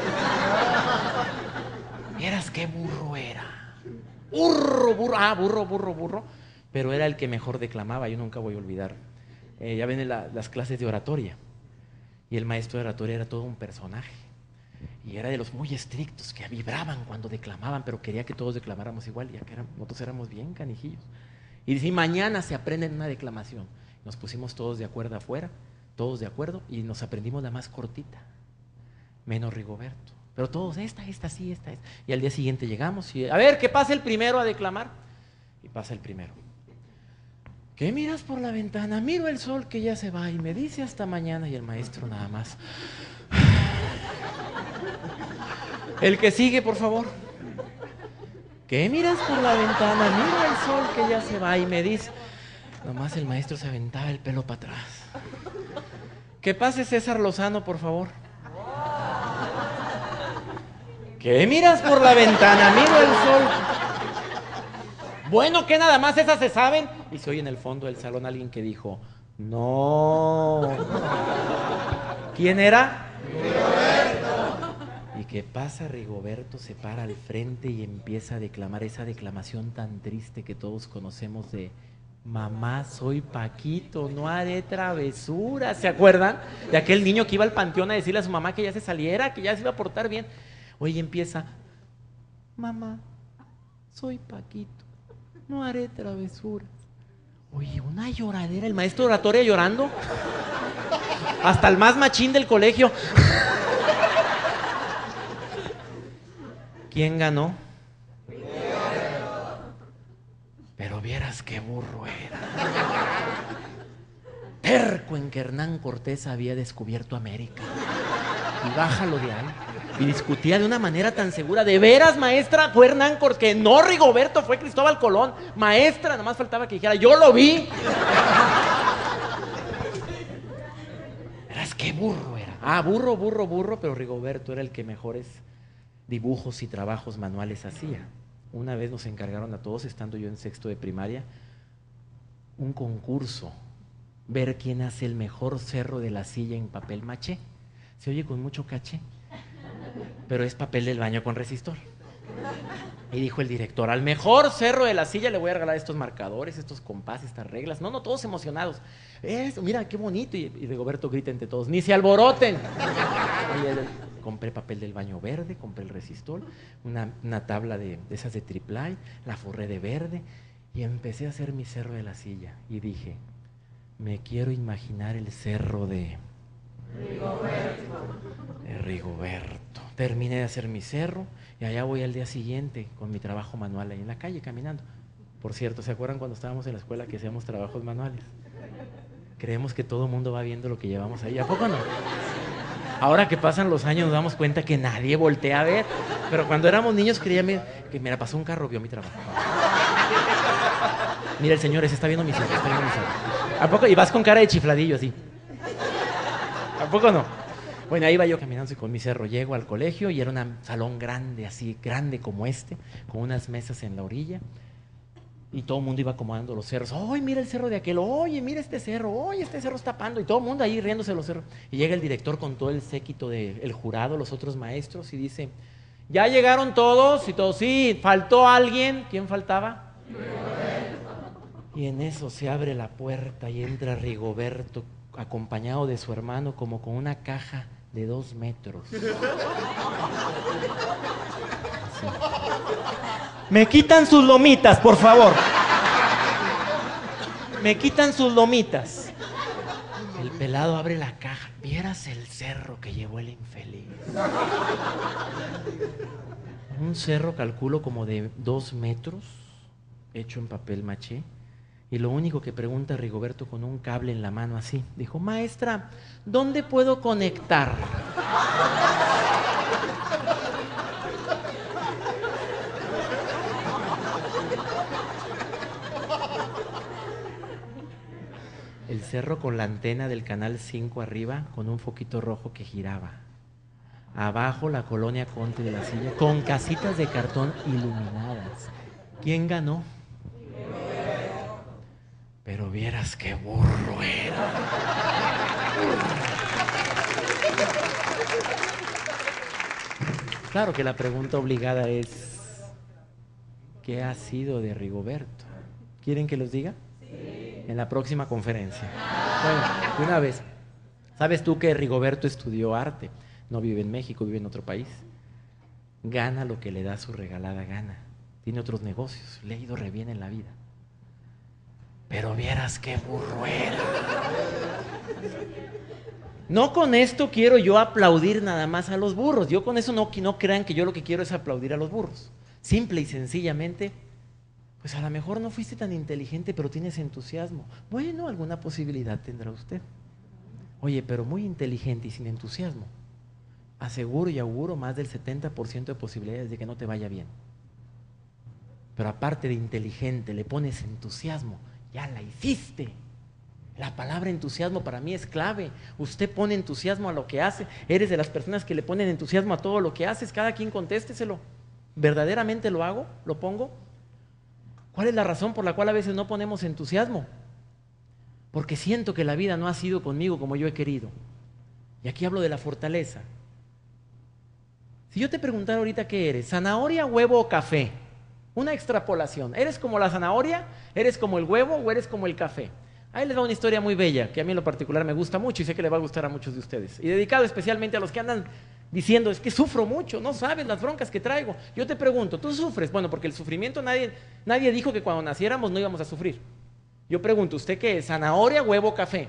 Vieras qué burro era. Burro, burro. Ah, burro, burro, burro. Pero era el que mejor declamaba, yo nunca voy a olvidar. Ya ven las clases de oratoria. Y el maestro de oratoria era todo un personaje. Y era de los muy estrictos, que vibraban cuando declamaban, pero quería que todos declamáramos igual, ya que nosotros éramos bien canijillos. Y dice, mañana se aprende una declamación. Nos pusimos todos de acuerdo afuera, todos de acuerdo, y nos aprendimos la más cortita, menos Rigoberto. Pero todos, esta, sí, esta. Y al día siguiente llegamos y, a ver, que pase el primero a declamar. Y pasa el primero. ¿Qué miras por la ventana? Miro el sol que ya se va y me dice hasta mañana, y el maestro nada más. El que sigue, por favor. ¿Qué miras por la ventana? Miro el sol que ya se va y me dice. Nomás el maestro se aventaba el pelo para atrás. Que pase César Lozano, por favor. ¿Qué miras por la ventana? Miro el sol. Bueno, que nada más esas se saben. Y se oye en el fondo del salón alguien que dijo, no. ¿Quién era? Rigoberto. ¿Y qué pasa? Rigoberto se para al frente y empieza a declamar esa declamación tan triste que todos conocemos de Mamá, soy Paquito, no haré travesuras. ¿Se acuerdan? De aquel niño que iba al panteón a decirle a su mamá que ya se saliera, que ya se iba a portar bien. Oye, empieza, mamá, soy Paquito, no haré travesuras. Oye, una lloradera, el maestro de oratoria llorando. Hasta el más machín del colegio. ¿Quién ganó? Pero vieras qué burro era. Terco en que Hernán Cortés había descubierto América. Y bájalo de ahí. Y discutía de una manera tan segura. ¿De veras, maestra? Fue Hernán Cortés. Que no, Rigoberto, fue Cristóbal Colón. Maestra, nomás faltaba que dijera, yo lo vi. Verás qué burro era. Ah, burro, pero Rigoberto era el que mejores dibujos y trabajos manuales hacía. Una vez nos encargaron a todos, estando yo en sexto de primaria, un concurso, ver quién hace el mejor cerro de la silla en papel maché. Se oye con mucho caché, pero es papel del baño con resistor. Y dijo el director, al mejor cerro de la silla le voy a regalar estos marcadores, estos compases, estas reglas. No, todos emocionados. Mira, qué bonito. Y Rigoberto grita entre todos, ¡ni se alboroten! Y compré papel del baño verde, compré el resistor, una tabla de esas de triple, la forré de verde y empecé a hacer mi cerro de la silla. Y dije, me quiero imaginar el cerro de Rigoberto. Terminé de hacer mi cerro y allá voy al día siguiente con mi trabajo manual ahí en la calle caminando. Por cierto, ¿se acuerdan cuando estábamos en la escuela que hacíamos trabajos manuales? Creemos que todo el mundo va viendo lo que llevamos ahí. ¿A poco no? Ahora que pasan los años nos damos cuenta que nadie voltea a ver. Pero cuando éramos niños creíamos que me la pasó un carro, vio mi trabajo. Mira, el señor ese está viendo mi cerro, está viendo mi cerro. ¿A poco? Y vas con cara de chifladillo así. ¿A poco no? Bueno, ahí iba yo caminando con mi cerro. Llego al colegio y era un salón grande, así, grande como este, con unas mesas en la orilla. Y todo el mundo iba acomodando los cerros. ¡Oye, mira el cerro de aquel! ¡Oye, mira este cerro! ¡Oye, este cerro está tapando! Y todo el mundo ahí riéndose de los cerros. Y llega el director con todo el séquito del jurado, los otros maestros, y dice, ¿ya llegaron todos? Y todos, sí, ¿faltó alguien? ¿Quién faltaba? Y en eso se abre la puerta y entra Rigoberto, acompañado de su hermano, como con una caja de 2 metros. Así. Me quitan sus lomitas, por favor. Me quitan sus lomitas. El pelado abre la caja. Vieras el cerro que llevó el infeliz. Un cerro, calculo, como de 2 metros, hecho en papel maché. Y lo único que pregunta Rigoberto con un cable en la mano así, dijo, maestra, ¿dónde puedo conectar? El cerro con la antena del canal 5 arriba, con un foquito rojo que giraba. Abajo la colonia Conte de la Silla, con casitas de cartón iluminadas. ¿Quién ganó? Pero vieras qué burro era. Claro que la pregunta obligada es, ¿qué ha sido de Rigoberto? ¿Quieren que los diga? Sí. En la próxima conferencia. Bueno, de una vez. ¿Sabes tú que Rigoberto estudió arte? No vive en México, vive en otro país. Gana lo que le da su regalada gana. Tiene otros negocios, le ha ido re bien en la vida. Pero vieras qué burro era. No con esto quiero yo aplaudir nada más a los burros. Yo con eso no crean que yo lo que quiero es aplaudir a los burros. Simple y sencillamente, pues a lo mejor no fuiste tan inteligente, pero tienes entusiasmo. Bueno, alguna posibilidad tendrá usted. Oye, pero muy inteligente y sin entusiasmo. Aseguro y auguro más del 70% de posibilidades de que no te vaya bien. Pero aparte de inteligente, le pones entusiasmo. Ya la hiciste. La palabra entusiasmo para mí es clave. Usted pone entusiasmo a lo que hace. Eres de las personas que le ponen entusiasmo a todo lo que haces. Cada quien contésteselo. ¿Verdaderamente lo hago? ¿Lo pongo? ¿Cuál es la razón por la cual a veces no ponemos entusiasmo? Porque siento que la vida no ha sido conmigo como yo he querido. Y aquí hablo de la fortaleza. Si yo te preguntara ahorita qué eres, zanahoria, huevo o café, Una extrapolación. ¿Eres como la zanahoria? ¿Eres como el huevo o eres como el café? Ahí les va una historia muy bella, que a mí en lo particular me gusta mucho y sé que le va a gustar a muchos de ustedes. Y dedicado especialmente a los que andan diciendo, es que sufro mucho, no sabes las broncas que traigo. Yo te pregunto, ¿tú sufres? Bueno, porque el sufrimiento nadie dijo que cuando naciéramos no íbamos a sufrir. Yo pregunto, ¿usted qué es? ¿Zanahoria, huevo, café?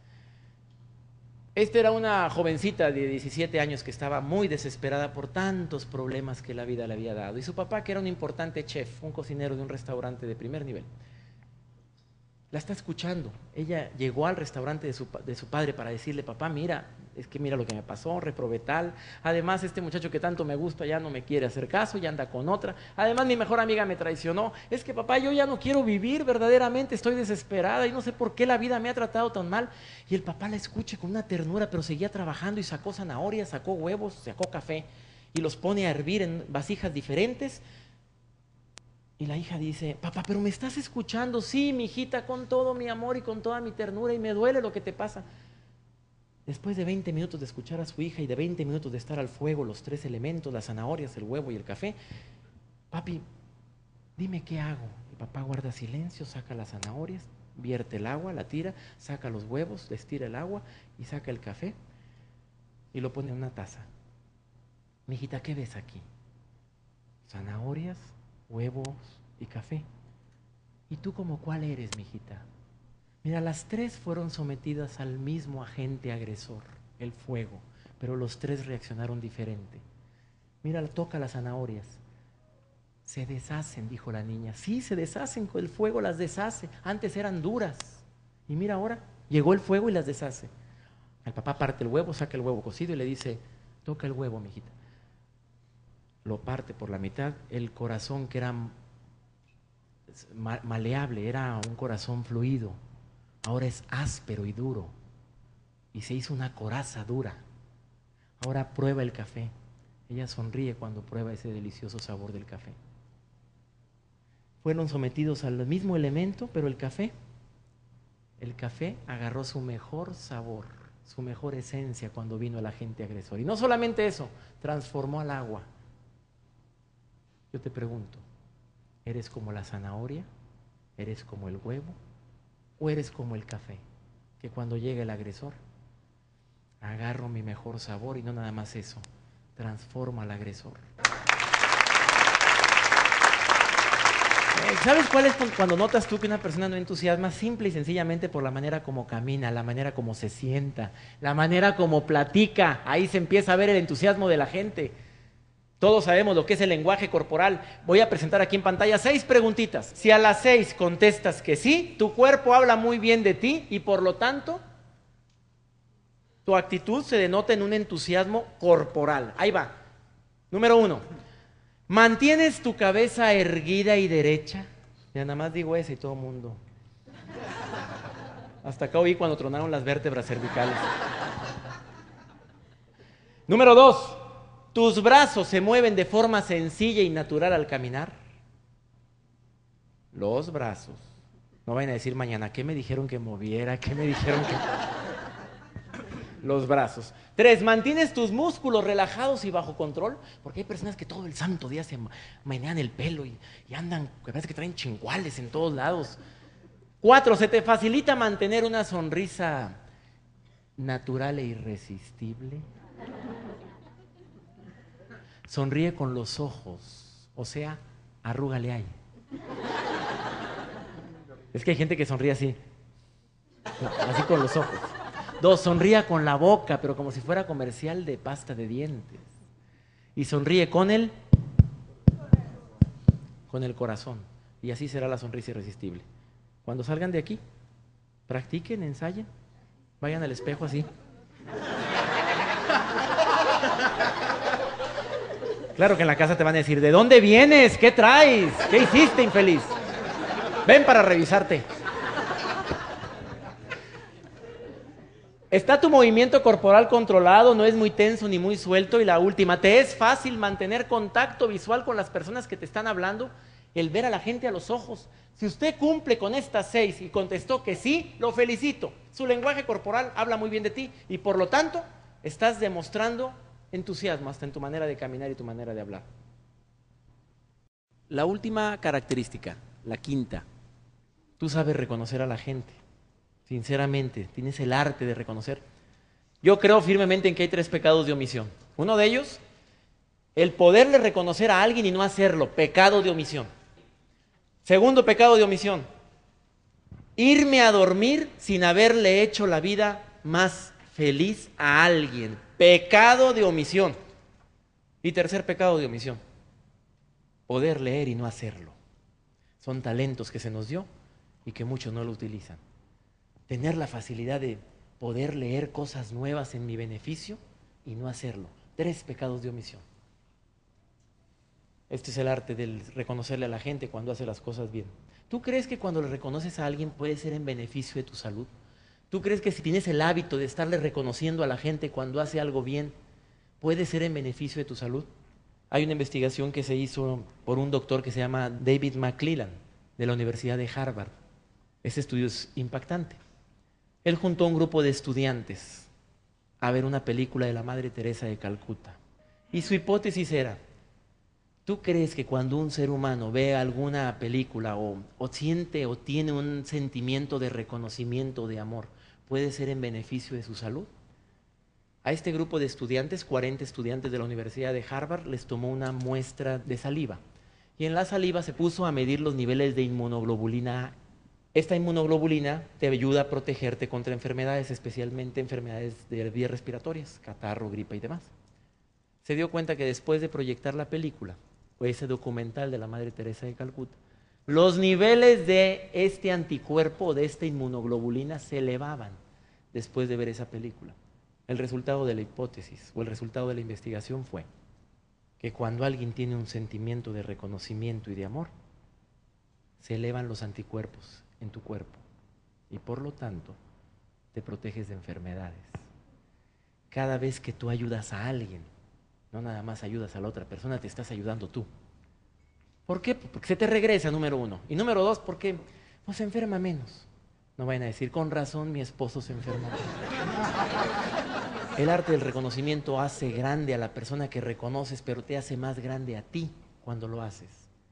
Esta era una jovencita de 17 años que estaba muy desesperada por tantos problemas que la vida le había dado. Y su papá, que era un importante chef, un cocinero de un restaurante de primer nivel, la está escuchando. Ella llegó al restaurante de su padre para decirle, papá, mira, es que mira lo que me pasó, reprobé tal. Además, este muchacho que tanto me gusta ya no me quiere hacer caso, ya anda con otra. Además, mi mejor amiga me traicionó. Es que, papá, yo ya no quiero vivir verdaderamente, estoy desesperada y no sé por qué la vida me ha tratado tan mal. Y el papá la escucha con una ternura, pero seguía trabajando y sacó zanahorias, sacó huevos, sacó café y los pone a hervir en vasijas diferentes. Y la hija dice, papá, pero ¿me estás escuchando? Sí, mi hijita, con todo mi amor y con toda mi ternura, y me duele lo que te pasa. Después de 20 minutos de escuchar a su hija y de 20 minutos de estar al fuego, los tres elementos, las zanahorias, el huevo y el café, papi, dime qué hago. El papá guarda silencio, saca las zanahorias, vierte el agua, la tira, saca los huevos, les tira el agua y saca el café y lo pone en una taza. Mi hijita, ¿qué ves aquí? Zanahorias, huevos y café. ¿Y tú como cuál eres, mijita? Mira, las tres fueron sometidas al mismo agente agresor, el fuego, pero los tres reaccionaron diferente. Mira, toca las zanahorias. Se deshacen, dijo la niña. Sí, se deshacen, el fuego las deshace. Antes eran duras. Y mira ahora, llegó el fuego y las deshace. El papá parte el huevo, saca el huevo cocido y le dice, toca el huevo, mijita. Lo parte por la mitad, el corazón que era maleable, era un corazón fluido, ahora es áspero y duro, y se hizo una coraza dura. Ahora prueba el café. Ella sonríe cuando prueba ese delicioso sabor del café. Fueron sometidos al mismo elemento, pero el café agarró su mejor sabor, su mejor esencia cuando vino el agente agresor. Y no solamente eso, transformó al agua. Yo te pregunto, ¿eres como la zanahoria? ¿Eres como el huevo? ¿O eres como el café? Que cuando llega el agresor, agarro mi mejor sabor y no nada más eso, transformo al agresor. ¿Sabes cuál es cuando notas tú que una persona no entusiasma? Simple y sencillamente por la manera como camina, la manera como se sienta, la manera como platica. Ahí se empieza a ver el entusiasmo de la gente. Todos sabemos lo que es el lenguaje corporal. Voy a presentar aquí en pantalla 6 preguntitas. Si a las 6 contestas que sí, tu cuerpo habla muy bien de ti y por lo tanto, tu actitud se denota en un entusiasmo corporal. Ahí va. Número 1. ¿Mantienes tu cabeza erguida y derecha? Ya nada más digo eso y todo el mundo. Hasta acá oí cuando tronaron las vértebras cervicales. Número 2. ¿Tus brazos se mueven de forma sencilla y natural al caminar? Los brazos. No vayan a decir mañana, ¿qué me dijeron que moviera? ¿Qué me dijeron que...? Los brazos. 3, ¿mantienes tus músculos relajados y bajo control? Porque hay personas que todo el santo día se menean el pelo y andan, que parece que traen chinguales en todos lados. 4, ¿se te facilita mantener una sonrisa natural e irresistible? Sonríe con los ojos, o sea, arrúgale ahí. Es que hay gente que sonríe así con los ojos. 2, sonría con la boca, pero como si fuera comercial de pasta de dientes. Y sonríe con el corazón. Y así será la sonrisa irresistible. Cuando salgan de aquí, practiquen, ensayen, vayan al espejo así. Claro que en la casa te van a decir, ¿de dónde vienes? ¿Qué traes? ¿Qué hiciste, infeliz? Ven para revisarte. ¿Está tu movimiento corporal controlado? ¿No es muy tenso ni muy suelto? Y la última, ¿te es fácil mantener contacto visual con las personas que te están hablando? El ver a la gente a los ojos. Si usted cumple con estas 6 y contestó que sí, lo felicito. Su lenguaje corporal habla muy bien de ti y por lo tanto estás demostrando entusiasmo hasta en tu manera de caminar y tu manera de hablar. La última característica, la quinta, tú sabes reconocer a la gente, sinceramente, tienes el arte de reconocer. Yo creo firmemente en que hay 3 pecados de omisión. Uno de ellos, el poderle reconocer a alguien y no hacerlo, pecado de omisión. Segundo pecado de omisión, irme a dormir sin haberle hecho la vida más feliz a alguien, pecado de omisión. Y tercer pecado de omisión, poder leer y no hacerlo. Son talentos que se nos dio y que muchos no lo utilizan. Tener la facilidad de poder leer cosas nuevas en mi beneficio y no hacerlo. 3 pecados de omisión. Este es el arte del reconocerle a la gente cuando hace las cosas bien. ¿Tú crees que cuando le reconoces a alguien puede ser en beneficio de tu salud? ¿Tú crees que si tienes el hábito de estarle reconociendo a la gente cuando hace algo bien, puede ser en beneficio de tu salud? Hay una investigación que se hizo por un doctor que se llama David McClellan, de la Universidad de Harvard. Ese estudio es impactante. Él juntó a un grupo de estudiantes a ver una película de la Madre Teresa de Calcuta. Y su hipótesis era, ¿tú crees que cuando un ser humano ve alguna película o siente o tiene un sentimiento de reconocimiento, de amor, puede ser en beneficio de su salud? A este grupo de estudiantes, 40 estudiantes de la Universidad de Harvard, les tomó una muestra de saliva. Y en la saliva se puso a medir los niveles de inmunoglobulina A. Esta inmunoglobulina te ayuda a protegerte contra enfermedades, especialmente enfermedades de vías respiratorias, catarro, gripa y demás. Se dio cuenta que después de proyectar la película, o ese documental de la Madre Teresa de Calcuta, los niveles de este anticuerpo, de esta inmunoglobulina, se elevaban después de ver esa película. El resultado de la hipótesis o el resultado de la investigación fue que cuando alguien tiene un sentimiento de reconocimiento y de amor, se elevan los anticuerpos en tu cuerpo y por lo tanto te proteges de enfermedades. Cada vez que tú ayudas a alguien, no nada más ayudas a la otra persona, te estás ayudando tú. ¿Por qué? Porque se te regresa, número 1. Y número 2, porque pues, se enferma menos. No vayan a decir, con razón mi esposo se enferma. El arte del reconocimiento hace grande a la persona que reconoces, pero te hace más grande a ti cuando lo haces.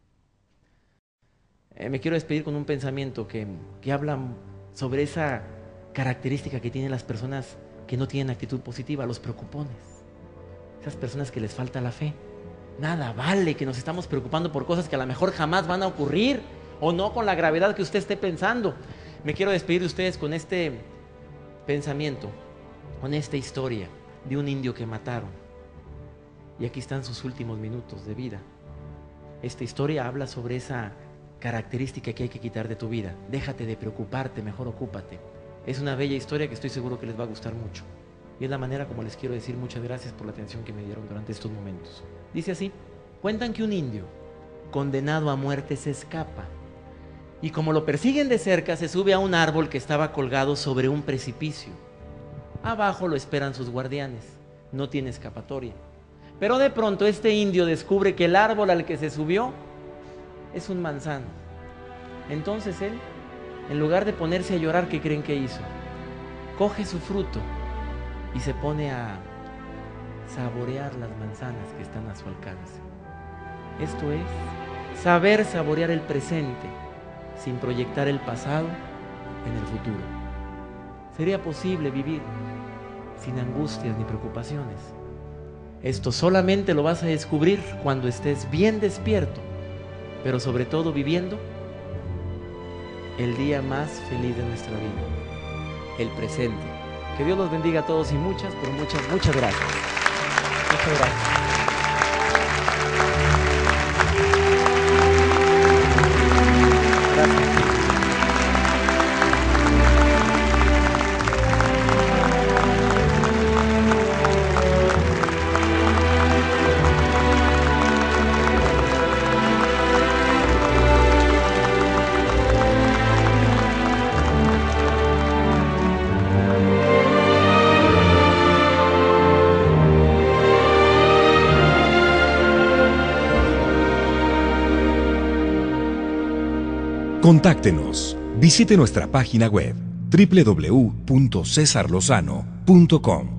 Me quiero despedir con un pensamiento que habla sobre esa característica que tienen las personas que no tienen actitud positiva, los preocupones. Esas personas que les falta la fe. Nada vale que nos estamos preocupando por cosas que a lo mejor jamás van a ocurrir o no con la gravedad que usted esté pensando. Me quiero despedir de ustedes con este pensamiento, con esta historia de un indio que mataron. Y aquí están sus últimos minutos de vida. Esta historia habla sobre esa característica que hay que quitar de tu vida. Déjate de preocuparte, mejor ocúpate. Es una bella historia que estoy seguro que les va a gustar mucho. Y es la manera como les quiero decir muchas gracias por la atención que me dieron durante estos momentos. Dice así, cuentan que un indio condenado a muerte se escapa y como lo persiguen de cerca se sube a un árbol que estaba colgado sobre un precipicio. Abajo lo esperan sus guardianes, no tiene escapatoria. Pero de pronto este indio descubre que el árbol al que se subió es un manzano. Entonces él, en lugar de ponerse a llorar, ¿qué creen que hizo? Coge su fruto y se pone a saborear las manzanas que están a su alcance. Esto es saber saborear el presente sin proyectar el pasado en el futuro. ¿Sería posible vivir sin angustias ni preocupaciones? Esto solamente lo vas a descubrir cuando estés bien despierto, pero sobre todo viviendo el día más feliz de nuestra vida, el presente. Que Dios los bendiga a todos y muchas, pero muchas gracias. Muchas gracias. Contáctenos. Visite nuestra página web www.cesarlozano.com.